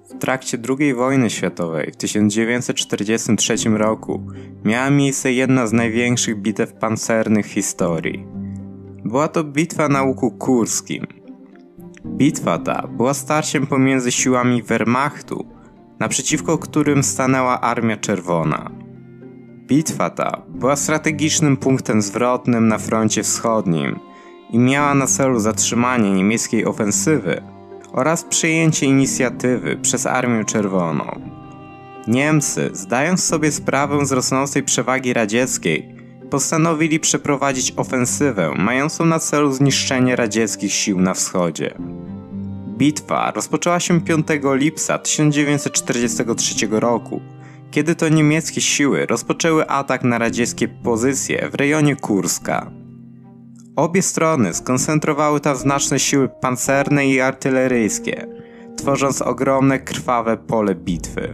W trakcie II wojny światowej w 1943 roku miała miejsce jedna z największych bitew pancernych w historii. Była to bitwa na Łuku Kurskim. Bitwa ta była starciem pomiędzy siłami Wehrmachtu, naprzeciwko którym stanęła Armia Czerwona. Bitwa ta była strategicznym punktem zwrotnym na froncie wschodnim i miała na celu zatrzymanie niemieckiej ofensywy oraz przejęcie inicjatywy przez Armię Czerwoną. Niemcy, zdając sobie sprawę z rosnącej przewagi radzieckiej, postanowili przeprowadzić ofensywę mającą na celu zniszczenie radzieckich sił na wschodzie. Bitwa rozpoczęła się 5 lipca 1943 roku, kiedy to niemieckie siły rozpoczęły atak na radzieckie pozycje w rejonie Kurska. Obie strony skoncentrowały tam znaczne siły pancerne i artyleryjskie, tworząc ogromne krwawe pole bitwy.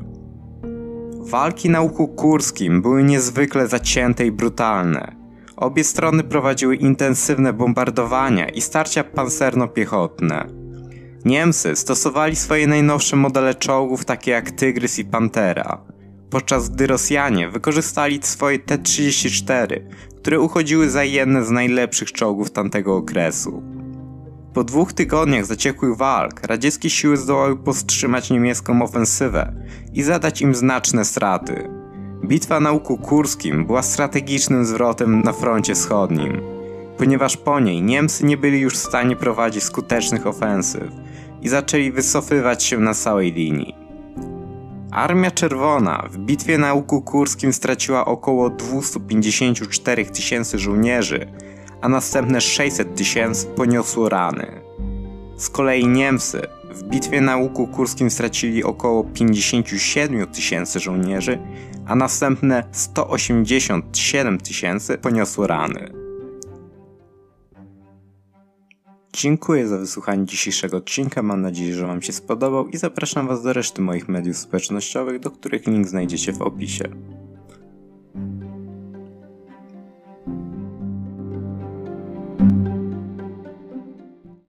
Walki na Łuku Kurskim były niezwykle zacięte i brutalne. Obie strony prowadziły intensywne bombardowania i starcia pancerno-piechotne. Niemcy stosowali swoje najnowsze modele czołgów takie jak Tygrys i Pantera, podczas gdy Rosjanie wykorzystali swoje T-34, które uchodziły za jedne z najlepszych czołgów tamtego okresu. Po 2 tygodniach zaciekłych walk radzieckie siły zdołały powstrzymać niemiecką ofensywę i zadać im znaczne straty. Bitwa na Łuku Kurskim była strategicznym zwrotem na froncie wschodnim, ponieważ po niej Niemcy nie byli już w stanie prowadzić skutecznych ofensyw i zaczęli wycofywać się na całej linii. Armia Czerwona w bitwie na Łuku Kurskim straciła około 254 tysięcy żołnierzy, a następne 600 tysięcy poniosło rany. Z kolei Niemcy w bitwie na Łuku Kurskim stracili około 57 tysięcy żołnierzy, a następne 187 tysięcy poniosło rany. Dziękuję za wysłuchanie dzisiejszego odcinka, mam nadzieję, że Wam się spodobał i zapraszam Was do reszty moich mediów społecznościowych, do których link znajdziecie w opisie.